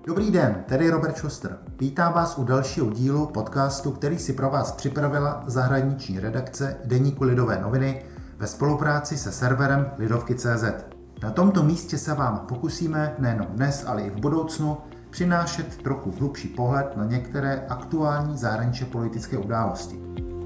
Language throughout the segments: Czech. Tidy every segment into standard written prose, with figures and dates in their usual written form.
Dobrý den, tady Robert Schuster. Vítám vás u dalšího dílu podcastu, který si pro vás připravila zahraniční redakce deníku Lidové noviny ve spolupráci se serverem Lidovky.cz. Na tomto místě se vám pokusíme nejenom dnes, ale i v budoucnu přinášet trochu hlubší pohled na některé aktuální zahraničně politické události.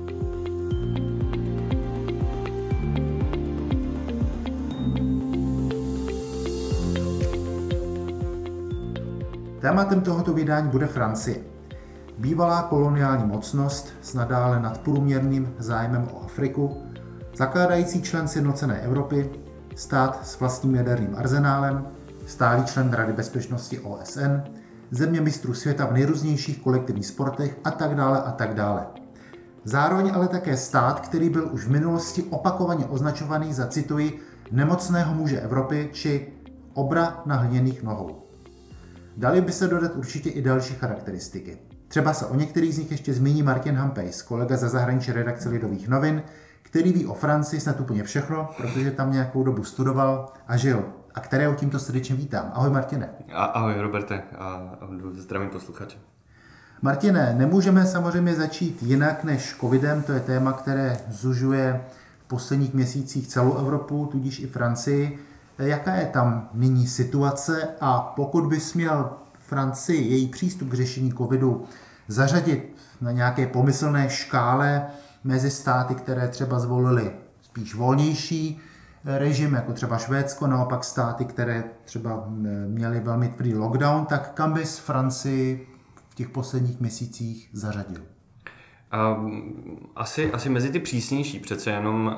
Tématem tohoto vydání bude Francie. Bývalá koloniální mocnost s nadále nadprůměrným zájmem o Afriku, zakládající člen sjednocené Evropy, stát s vlastním jaderným arzenálem, stálý člen Rady bezpečnosti OSN, země mistrů světa v nejrůznějších kolektivních sportech a tak dále. Zároveň ale také stát, který byl už v minulosti opakovaně označovaný za, cituji, nemocného muže Evropy či obra na hliněných nohou. Dali by se dodat určitě i další charakteristiky. Třeba se o některých z nich ještě zmíní Martin Hampejs, kolega ze zahraniční redakce Lidových novin, který ví o Francii snad úplně všechno, protože tam nějakou dobu studoval a žil. A kterého tímto srdečně vítám. Ahoj Martine. Ahoj Roberte a zdravím posluchače. Martine, nemůžeme samozřejmě začít jinak než covidem, to je téma, které zužuje v posledních měsících celou Evropu, tudíž i Francii. Jaká je tam nyní situace a pokud bys měl Francii, její přístup k řešení covidu zařadit na nějaké pomyslné škále mezi státy, které třeba zvolily spíš volnější režim, jako třeba Švédsko, naopak státy, které třeba měly velmi tvrdý lockdown, tak kam bys Francii v těch posledních měsících zařadil? Asi mezi ty přísnější, přece jenom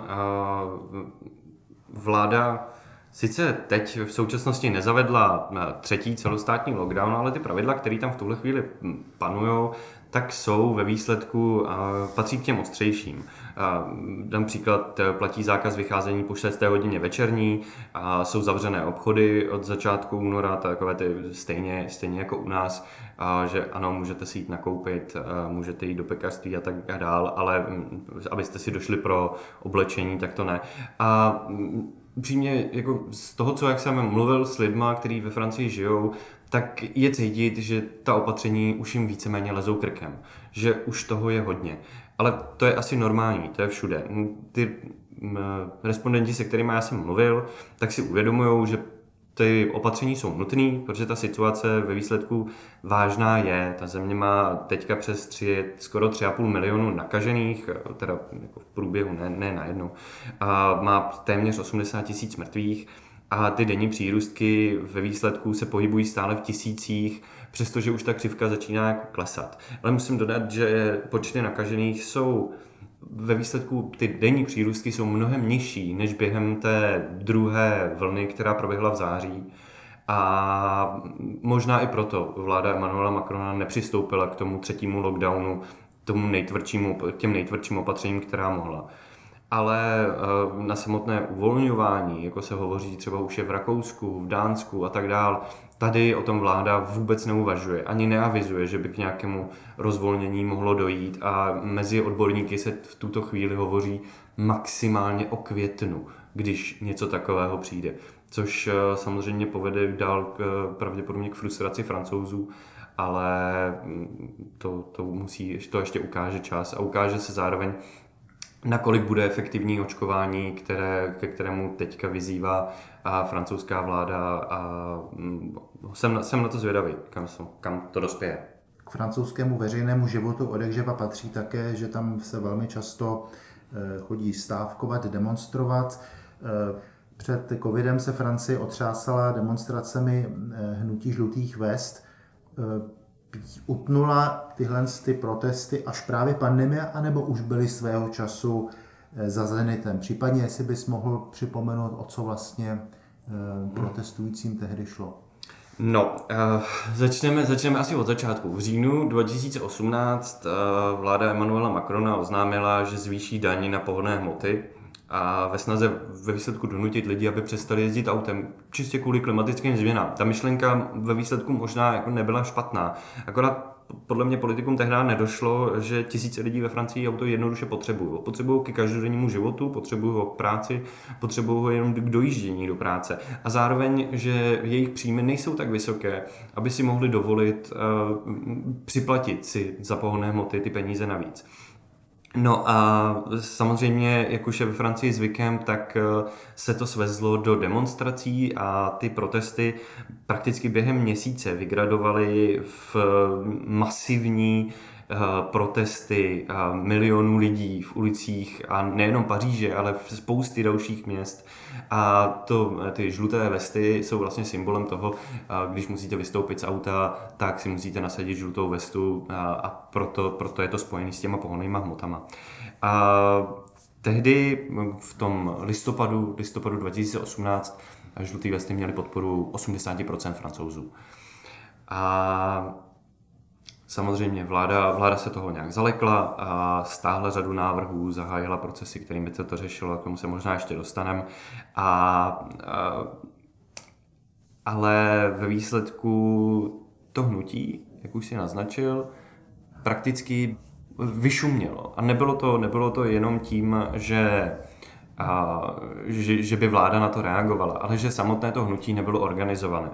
vláda sice teď v současnosti nezavedla třetí celostátní lockdown, ale ty pravidla, které tam v tuhle chvíli panujou, tak jsou ve výsledku, patří k těm ostřejším. Dám příklad, platí zákaz vycházení po 6. hodině večerní, jsou zavřené obchody od začátku února, takové ty stejně jako u nás, že ano, můžete si jít nakoupit, můžete jít do pekařství a tak dál, ale abyste si došli pro oblečení, tak to ne. Upřímně, jako z toho, jak jsem mluvil s lidma, kteří ve Francii žijou, tak je cítit, že ta opatření už jim víceméně lezou krkem. Že už toho je hodně. Ale to je asi normální, to je všude. Ty respondenti, se kterými já jsem mluvil, tak si uvědomují, že ty opatření jsou nutné, protože ta situace ve výsledku vážná je. Ta země má teďka přes skoro 3,5 milionu nakažených, teda jako v průběhu, ne najednou. A má téměř 80 000 mrtvých a ty denní přírůstky ve výsledku se pohybují stále v tisících, přestože už ta křivka začíná jako klesat. Ale musím dodat, že počty nakažených jsou ve výsledku ty denní přírůstky jsou mnohem nižší než během té druhé vlny, která proběhla v září. A možná i proto vláda Emmanuela Macrona nepřistoupila k tomu třetímu lockdownu, těm nejtvrdším opatřením, která mohla. Ale na samotné uvolňování, jako se hovoří třeba už je v Rakousku, v Dánsku a tak dál, tady o tom vláda vůbec neuvažuje, ani neavizuje, že by k nějakému rozvolnění mohlo dojít a mezi odborníky se v tuto chvíli hovoří maximálně o květnu, když něco takového přijde. Což samozřejmě povede dál pravděpodobně k frustraci Francouzů, ale to ještě ukáže čas a ukáže se zároveň, nakolik bude efektivní očkování, ke kterému teďka vyzývá francouzská vláda a jsem na to zvědavý, kam to dospěje. K francouzskému veřejnému životu odjakživa patří také, že tam se velmi často chodí stávkovat, demonstrovat. Před covidem se Francie otřásala demonstracemi hnutí žlutých vest. Utnula tyhle protesty až právě pandemie, anebo už byly svého času za zenitem? Případně, jestli bys mohl připomenout, o co vlastně protestujícím tehdy šlo? No, začneme asi od začátku. V říjnu 2018 vláda Emmanuela Macrona oznámila, že zvýší daň na pohonné hmoty a ve snaze ve výsledku donutit lidi, aby přestali jezdit autem, čistě kvůli klimatickým změnám. Ta myšlenka ve výsledku možná jako nebyla špatná, akorát podle mě politikům tehdy nedošlo, že tisíce lidí ve Francii auto jednoduše potřebují. Potřebují k každodennímu životu, potřebují ho k práci, potřebují ho jenom k dojíždění do práce. A zároveň, že jejich příjmy nejsou tak vysoké, aby si mohli dovolit připlatit si za pohonné hmoty ty peníze navíc. No a samozřejmě, jak už je ve Francii zvykem, tak se to svezlo do demonstrací a ty protesty prakticky během měsíce vygradovaly v masivní protesty milionů lidí v ulicích a nejenom Paříže, ale v spousty dalších měst. A ty žluté vesty jsou vlastně symbolem toho, když musíte vystoupit z auta, tak si musíte nasadit žlutou vestu a proto je to spojené s těma pohonnýma hmotama. A tehdy v tom listopadu 2018 žluté vesty měly podporu 80% Francouzů. A samozřejmě vláda se toho nějak zalekla a stáhla řadu návrhů, zahájila procesy, kterými se to řešilo, k tomu se možná ještě dostaneme. Ale ve výsledku to hnutí, jak už si naznačil, prakticky vyšumělo. A nebylo to jenom tím, že by vláda na to reagovala, ale že samotné to hnutí nebylo organizované.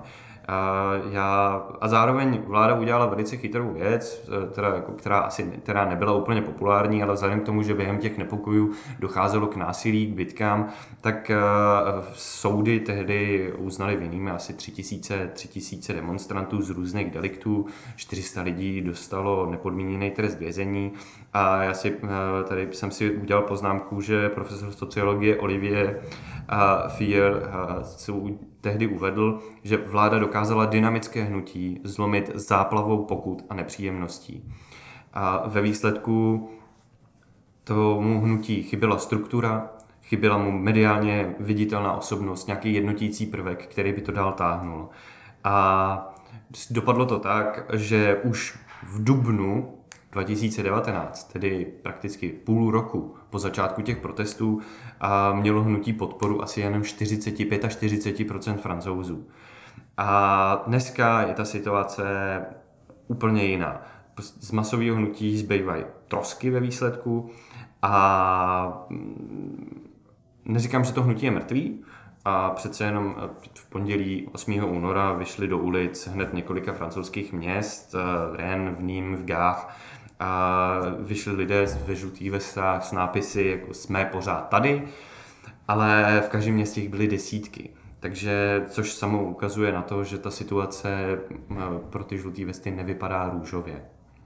A zároveň vláda udělala velice chytrou věc, která nebyla úplně populární, ale vzhledem k tomu, že během těch nepokojů docházelo k násilí, k bitkám, tak soudy tehdy uznali vinnými asi 3000 demonstrantů z různých deliktů, 400 lidí dostalo nepodmíněný trest vězení a tady jsem si udělal poznámku, že profesor sociologie Olivier Fier tehdy uvedl, že vláda dokázala dynamické hnutí zlomit záplavou pokut a nepříjemností. A ve výsledku tomu hnutí chyběla struktura, chyběla mu mediálně viditelná osobnost, nějaký jednotící prvek, který by to dál táhnul. A dopadlo to tak, že už v dubnu 2019, tedy prakticky půl roku po začátku těch protestů, mělo hnutí podporu asi jenom 45% Francouzů. A dneska je ta situace úplně jiná. Z masového hnutí zbývají trosky ve výsledku a neříkám, že to hnutí je mrtvý, a přece jenom v pondělí 8. února vyšli do ulic hned několika francouzských měst, v Rennes, v Nîmes, v Gare, a vyšli lidé ve žlutých vestách s nápisy jako jsme pořád tady, ale v každém městě jich byly desítky. Takže, což samo ukazuje na to, že ta situace pro ty žluté vesty nevypadá růžově.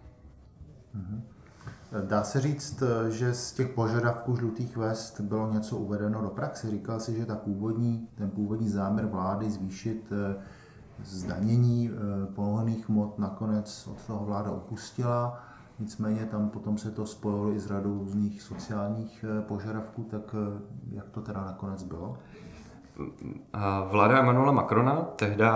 Dá se říct, že z těch požadavků žlutých vest bylo něco uvedeno do praxe? Říkal si, že ten původní záměr vlády zvýšit zdanění pohonných hmot nakonec od toho vláda upustila. Nicméně tam potom se to spojilo i s řadou různých sociálních požadavků, tak jak to teda nakonec bylo? Vláda Emmanuela Macrona tehdy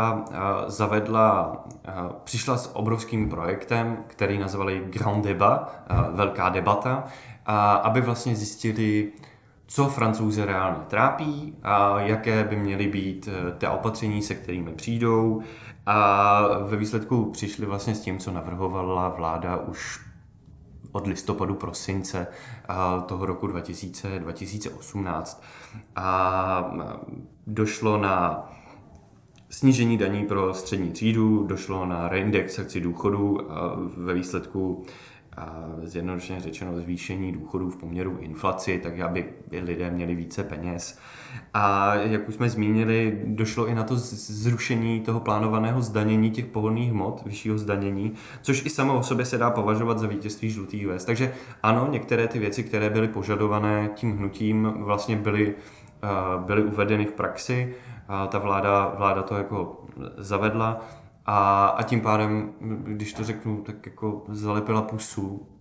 přišla s obrovským projektem, který nazvali Grand Débat, velká debata, aby vlastně zjistili, co Francouze reálně trápí a jaké by měly být ta opatření, se kterými přijdou. A ve výsledku přišli vlastně s tím, co navrhovala vláda už od listopadu, prosince toho roku 2018. A došlo na snížení daní pro střední třídu, došlo na reindexaci důchodů, ve výsledku zjednodušeně řečeno zvýšení důchodů v poměru k inflaci, tak aby lidé měli více peněz. A jak už jsme zmínili, došlo i na to zrušení toho plánovaného zdanění těch pohonných hmot, vyššího zdanění, což i samo o sobě se dá považovat za vítězství žlutých vest. Takže ano, některé ty věci, které byly požadované tím hnutím, vlastně byly uvedeny v praxi. Ta vláda to jako zavedla. A tím pádem, když to řeknu, tak jako zalepila pusu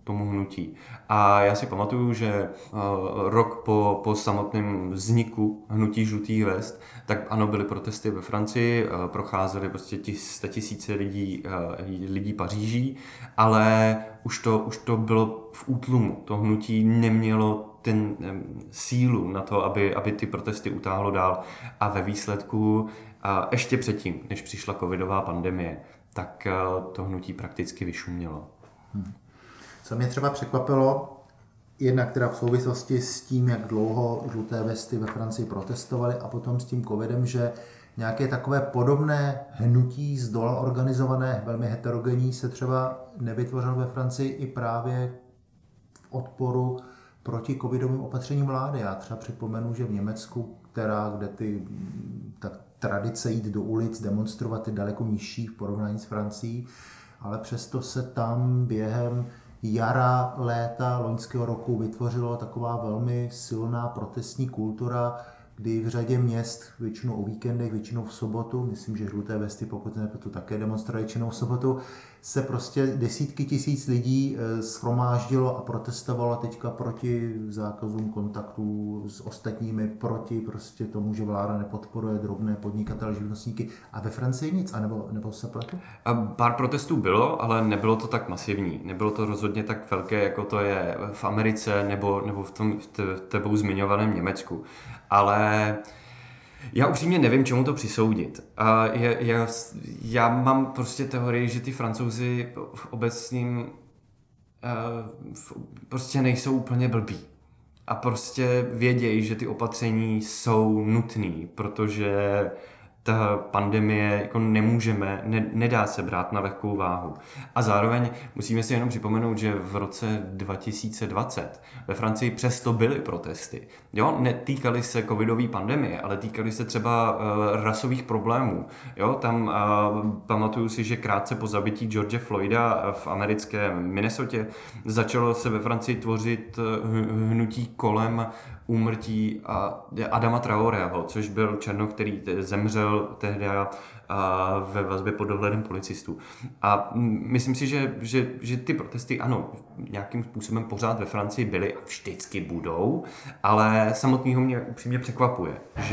tomu hnutí. A já si pamatuju, že rok po samotném vzniku hnutí žlutých vest, tak ano, byly protesty ve Francii, procházely prostě 100 000 lidí Paříží, ale už to bylo v útlumu. To hnutí nemělo ten sílu na to, aby ty protesty utáhlo dál. A ve výsledku, ještě předtím, než přišla covidová pandemie, tak to hnutí prakticky vyšumělo. Co mě třeba překvapilo, jednak teda v souvislosti s tím, jak dlouho žluté vesty ve Francii protestovaly a potom s tím covidem, že nějaké takové podobné hnutí zdola organizované, velmi heterogenní, se třeba nevytvořilo ve Francii i právě v odporu proti covidovým opatřením vlády. Já třeba připomenu, že v Německu, kde ta tradice jít do ulic, demonstrovat je daleko nižší v porovnání s Francií, ale přesto se tam během jara, léta loňského roku vytvořila taková velmi silná protestní kultura, kdy v řadě měst, většinou o víkendech, většinou v sobotu, myslím, že žluté vesty, pokud ne, to také demonstruje většinou v sobotu, se prostě desítky tisíc lidí shromáždilo a protestovalo teďka proti zákazům kontaktů s ostatními, proti prostě tomu, že vláda nepodporuje drobné podnikatele, živnostníky. A ve Francii nic, nebo se pletu? Pár protestů bylo, ale nebylo to tak masivní. Nebylo to rozhodně tak velké, jako to je v Americe nebo v tebou zmiňovaném Německu. Ale já upřímně nevím, čemu to přisoudit. Já mám prostě teorii, že ty Francouzi v obecním prostě nejsou úplně blbí. A prostě vědějí, že ty opatření jsou nutný, protože ta pandemie jako nedá se brát na lehkou váhu. A zároveň musíme si jenom připomenout, že v roce 2020 ve Francii přesto byly protesty. Jo, netýkaly se covidové pandemie, ale týkaly se třeba rasových problémů. Jo, tam pamatuju si, že krátce po zabití George Floyda v americké Minnesotě začalo se ve Francii tvořit hnutí kolem úmrtí Adama Traoreho, což byl černoch, který zemřel tehdy ve vazbě pod dohledem policistů. A myslím si, že ty protesty, ano, nějakým způsobem pořád ve Francii byly a vždycky budou, ale samotného mě upřímně překvapuje,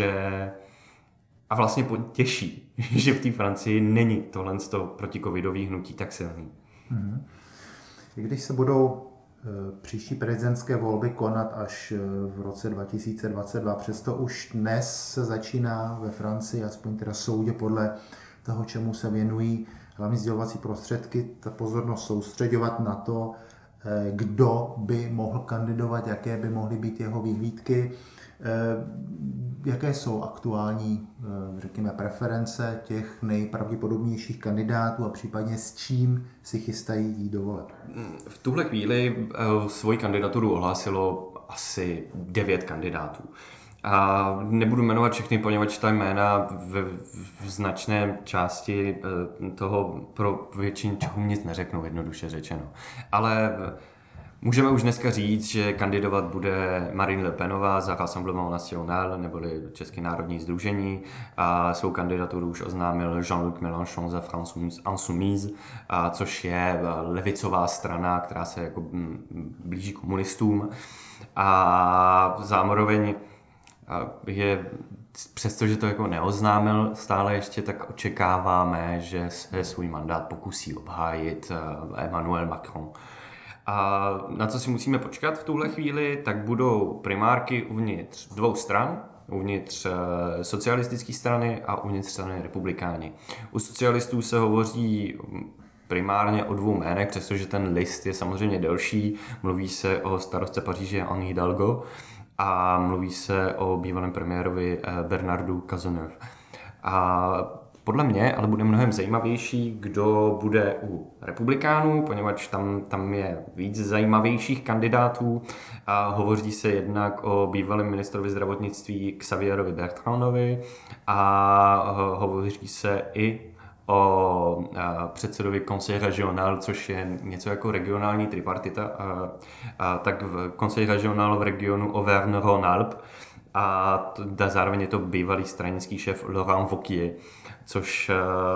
a vlastně těší, že v té Francii není tohle protikovidový hnutí tak silný. Když se budou příští prezidentské volby konat až v roce 2022. Přesto už dnes se začíná ve Francii, aspoň teda soudě podle toho, čemu se věnují hlavní sdělovací prostředky, ta pozornost soustředovat na to, kdo by mohl kandidovat, jaké by mohly být jeho vyhlídky, jaké jsou aktuální, řekněme, preference těch nejpravděpodobnějších kandidátů a případně s čím si chystají jít do voleb. V tuhle chvíli svoji kandidaturu ohlásilo asi 9 kandidátů. A nebudu jmenovat všechny, poněvadž ta jména v značné části toho pro většinu čeho nic neřeknou, jednoduše řečeno. Ale můžeme už dneska říct, že kandidovat bude Marine Le Penová za Rassemblement National, neboli České národní sdružení. A svou kandidaturu už oznámil Jean-Luc Mélenchon za France Insoumise, což je levicová strana, která se jako blíží komunistům. A zároveň přestože to jako neoznámil stále ještě, tak očekáváme, že se svůj mandát pokusí obhájit Emmanuel Macron. A na co si musíme počkat v tuhle chvíli, tak budou primárky uvnitř 2 stran, uvnitř socialistické strany a uvnitř strany republikáni. U socialistů se hovoří primárně o 2 jménech, přestože ten list je samozřejmě delší. Mluví se o starostce Paříže Anne Hidalgo a mluví se o bývalém premiérovi Bernardu Cazeneuve. A podle mě ale bude mnohem zajímavější, kdo bude u republikánů, poněvadž tam je víc zajímavějších kandidátů. A hovoří se jednak o bývalém ministrovi zdravotnictví Xavierovi Bertrandovi a hovoří se i o předsedovi Conseil Régional, což je něco jako regionální tripartita, tak v Conseil Régional v regionu Auvergne-Rhône-Alpes a zároveň je to bývalý stranický šéf Laurent Wauquiez, což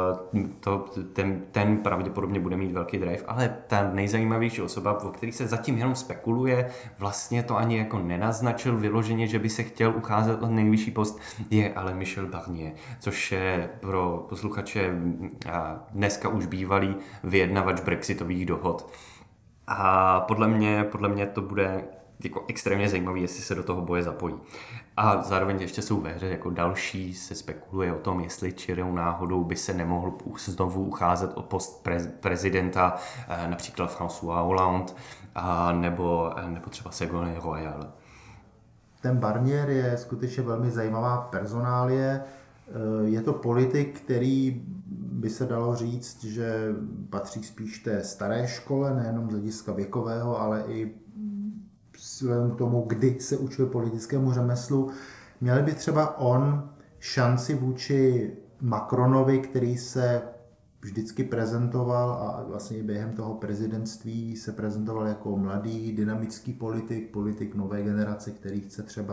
ten pravděpodobně bude mít velký drive, ale ta nejzajímavější osoba, o který se zatím jenom spekuluje, vlastně to ani jako nenaznačil vyloženě, že by se chtěl ucházet o nejvyšší post, je ale Michel Barnier, což je pro posluchače dneska už bývalý vyjednavač brexitových dohod. A podle mě to bude jako extrémně zajímavý, jestli se do toho boje zapojí. A zároveň ještě jsou ve hře jako další, se spekuluje o tom, jestli čirou náhodou by se nemohl znovu ucházet o post prezidenta, například François Hollande, nebo třeba Ségolène Royal. Ten Barnier je skutečně velmi zajímavá personálie. Je to politik, který by se dalo říct, že patří spíš té staré škole, nejenom z hlediska věkového, ale i vzhledem k tomu, kdy se učil politickému řemeslu. Měl by třeba on šanci vůči Macronovi, který se vždycky prezentoval a vlastně i během toho prezidentství se prezentoval jako mladý, dynamický politik nové generace, který chce třeba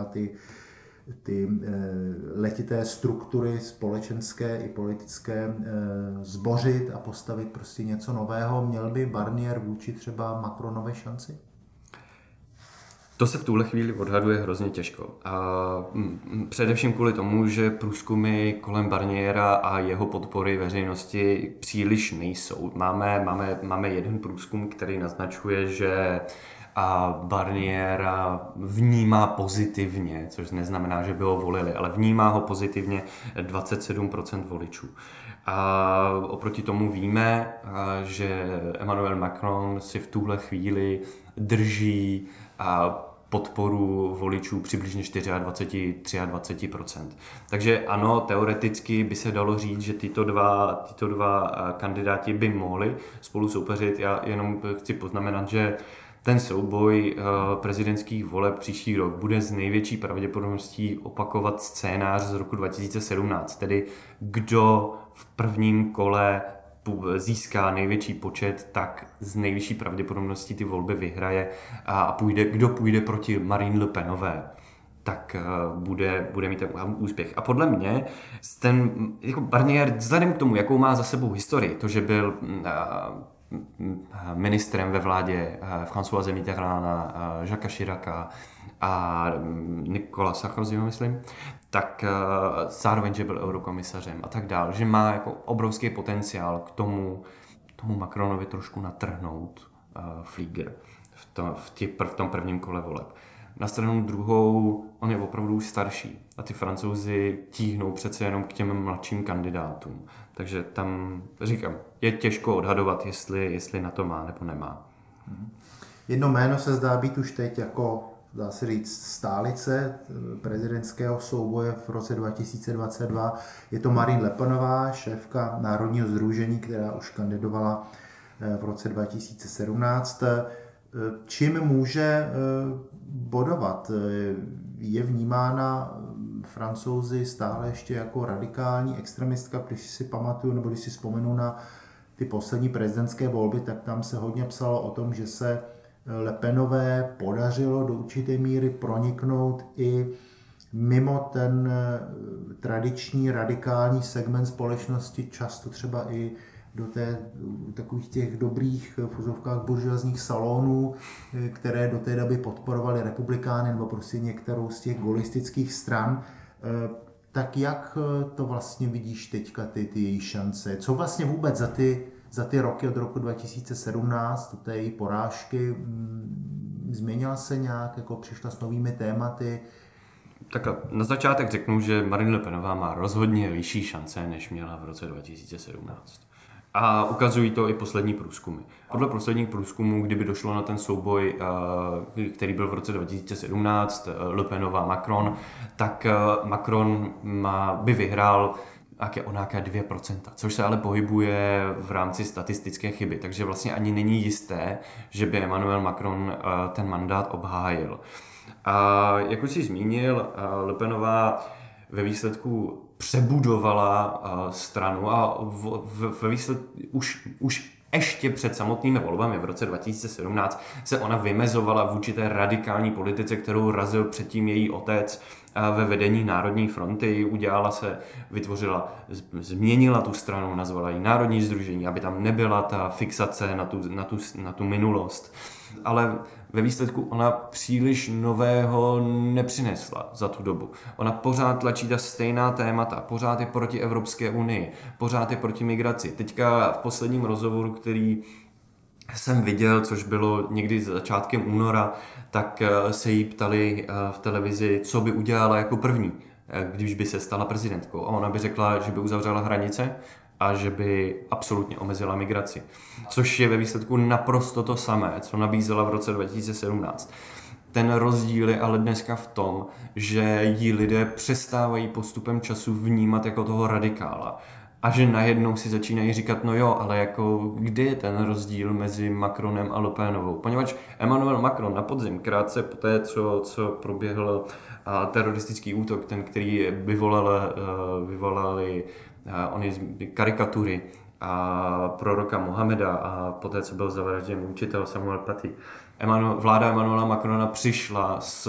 ty letité struktury společenské i politické zbořit a postavit prostě něco nového. Měl by Barnier vůči třeba Macronovi šanci? To se v tuhle chvíli odhaduje hrozně těžko. Především kvůli tomu, že průzkumy kolem Barniera a jeho podpory veřejnosti příliš nejsou. Máme jeden průzkum, který naznačuje, že Barnier vnímá pozitivně, což neznamená, že by ho volili, ale vnímá ho pozitivně 27% voličů. A oproti tomu víme, že Emmanuel Macron si v tuhle chvíli drží podporu voličů přibližně 24-23%. Takže ano, teoreticky by se dalo říct, že tyto dva kandidáti by mohli spolu soupeřit. Já jenom chci poznamenat, že ten souboj prezidentských voleb příští rok bude s největší pravděpodobností opakovat scénář z roku 2017, tedy kdo v prvním kole získá největší počet, tak z nejvyšší pravděpodobností ty volby vyhraje a kdo půjde proti Marine Le Penové, tak bude mít úspěch. A podle mě ten jako Barnier, vzhledem k tomu, jakou má za sebou historii, to, že byl ministrem ve vládě Françoise Mitterranda, Jacques Chiraca a Nicolas Sarkozyho, myslím, tak zároveň, že byl eurokomisařem a tak dál, že má jako obrovský potenciál k tomu Macronovi trošku natrhnout flíger v tom prvním kole voleb. Na stranu druhou, on je opravdu už starší a ty Francouzi tíhnou přece jenom k těm mladším kandidátům. Takže tam, říkám, je těžko odhadovat, jestli na to má nebo nemá. Jedno jméno se zdá být už teď jako, dá se říct, stálice prezidentského souboje v roce 2022. Je to Marine Le Penová, šéfka Národního sdružení, která už kandidovala v roce 2017. Čím může bodovat? Je vnímána Francouzi stále ještě jako radikální extremistka, když si pamatuju, nebo když si vzpomenu na ty poslední prezidentské volby, tak tam se hodně psalo o tom, že se Le Penové podařilo do určité míry proniknout i mimo ten tradiční radikální segment společnosti, často třeba i do takových těch dobrých v uvozovkách buržoazních salonů, které do té doby podporovaly republikány nebo prostě některou z těch gaulistických stran. Tak jak to vlastně vidíš teďka ty její šance? Co vlastně vůbec za ty roky od roku 2017 do té její porážky změnila se nějak, jako přišla s novými tématy? Tak na začátek řeknu, že Marine Le Penová má rozhodně vyšší šance, než měla v roce 2017. A ukazují to i poslední průzkumy. Podle posledních průzkumů, kdyby došlo na ten souboj, který byl v roce 2017, Le Penová Macron, tak Macron by vyhrál o nějaké 2%, což se ale pohybuje v rámci statistické chyby. Takže vlastně ani není jisté, že by Emmanuel Macron ten mandát obhájil. A jak už jsi zmínil, Le Penová ve výsledku přebudovala stranu a ve výsledku už Ještě před samotnými volbami v roce 2017 se ona vymezovala vůči té radikální politice, kterou razil předtím její otec ve vedení Národní fronty. Změnila tu stranu, nazvala ji Národní sdružení, aby tam nebyla ta fixace na tu minulost. Ale ve výsledku ona příliš nového nepřinesla za tu dobu. Ona pořád tlačí ta stejná témata, pořád je proti Evropské unii, pořád je proti migraci. Teďka v posledním rozhovoru, který jsem viděl, což bylo někdy začátkem února, tak se jí ptali v televizi, co by udělala jako první, když by se stala prezidentkou. A ona by řekla, že by uzavřela hranice a že by absolutně omezila migraci. Což je ve výsledku naprosto to samé, co nabízela v roce 2017. Ten rozdíl je ale dneska v tom, že jí lidé přestávají postupem času vnímat jako toho radikála. A že najednou si začínají říkat, no jo, ale jako kde je ten rozdíl mezi Macronem a Le Penovou? Poněvadž Emmanuel Macron na podzim, krátce po té, co proběhl teroristický útok, ten, který vyvolali ony karikatury a proroka Mohameda a poté, co byl zavražděn učitel Samuel Paty. Vláda Emmanuela Macrona přišla s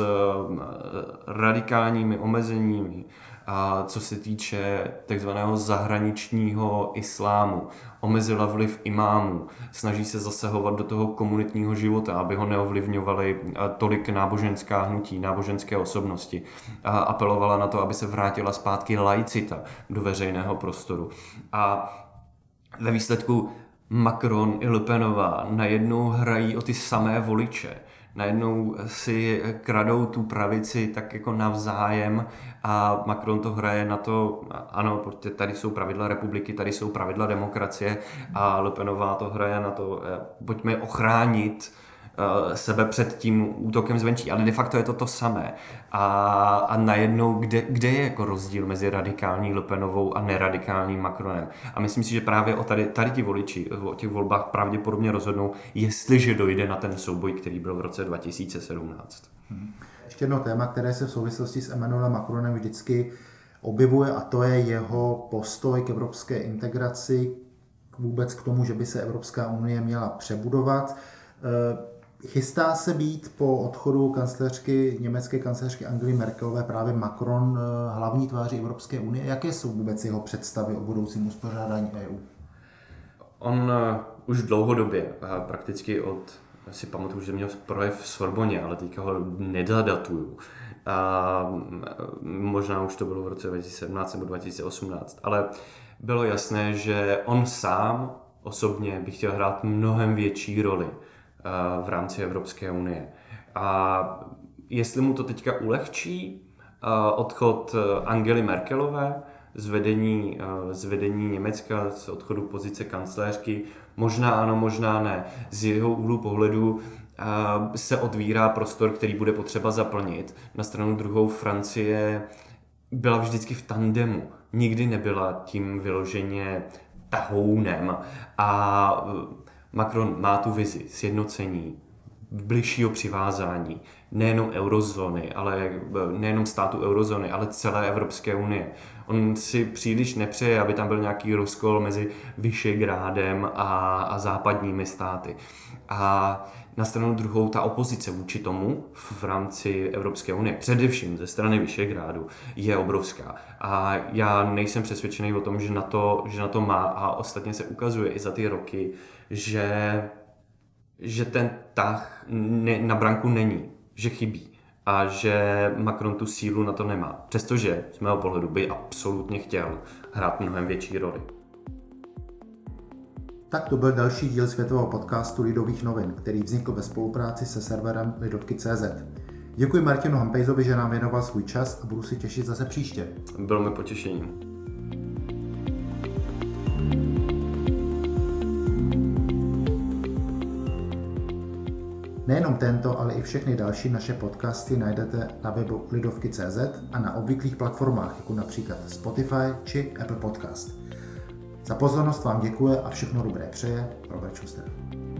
radikálními omezeními, co se týče takzvaného zahraničního islámu. Omezila vliv imámů, snaží se zasahovat do toho komunitního života, aby ho neovlivňovaly tolik náboženská hnutí, náboženské osobnosti. Apelovala na to, aby se vrátila zpátky laicita do veřejného prostoru. A ve výsledku Macron i Le Penová najednou hrají o ty samé voliče. Najednou si kradou tu pravici tak jako navzájem a Macron to hraje na to, ano, protože tady jsou pravidla republiky, tady jsou pravidla demokracie a Le Penová to hraje na to, pojďme ochránit sebe před tím útokem zvenčí, ale de facto je to samé. A najednou, kde je jako rozdíl mezi radikální Le Penovou a neradikálním Macronem? A myslím si, že právě tady ti voliči o těch volbách pravděpodobně rozhodnou, jestliže dojde na ten souboj, který byl v roce 2017. Ještě jedno téma, které se v souvislosti s Emmanuelem Macronem vždycky objevuje, a to je jeho postoj k evropské integraci, vůbec k tomu, že by se Evropská unie měla přebudovat. Chystá se být po odchodu německé kancléřky Angely Merkelové právě Macron hlavní tváří Evropské unie? Jaké jsou vůbec jeho představy o budoucím uspořádání EU? On už dlouhodobě, prakticky si pamatuju, že měl projev v Sorboně, ale teďka ho nedadatuju. Možná už to bylo v roce 2017 nebo 2018, ale bylo jasné, že on sám osobně by chtěl hrát mnohem větší roli v rámci Evropské unie. A jestli mu to teďka ulehčí odchod Angely Merkelové z vedení Německa, z odchodu pozice kancléřky, možná ano, možná ne. Z jeho úhlu pohledu se otvírá prostor, který bude potřeba zaplnit. Na stranu druhou Francie byla vždycky v tandemu. Nikdy nebyla tím vyloženě tahounem. A Macron má tu vizi sjednocení, bližšího přivázání, nejenom eurozóny, nejenom státu eurozóny, ale celé Evropské unie. On si příliš nepřeje, aby tam byl nějaký rozkol mezi Visegrádem a západními státy. A na stranu druhou ta opozice vůči tomu v rámci Evropské unie, především ze strany Visegrádu, je obrovská. A já nejsem přesvědčený o tom, že na to má, a ostatně se ukazuje i za ty roky, že ten tah na branku není, že chybí a že Macron tu sílu na to nemá. Přestože z mého pohledu by absolutně chtěl hrát mnohem větší roli. Tak to byl další díl světového podcastu Lidových novin, který vznikl ve spolupráci se serverem Lidovky.cz. Děkuji Martinu Hampejzovi, že nám věnoval svůj čas a budu si těšit zase příště. Bylo mi potěšením. Nejenom tento, ale i všechny další naše podcasty najdete na webu Lidovky.cz a na obvyklých platformách, jako například Spotify či Apple Podcast. Za pozornost vám děkuje a všechno dobré přeje Robert Schuster.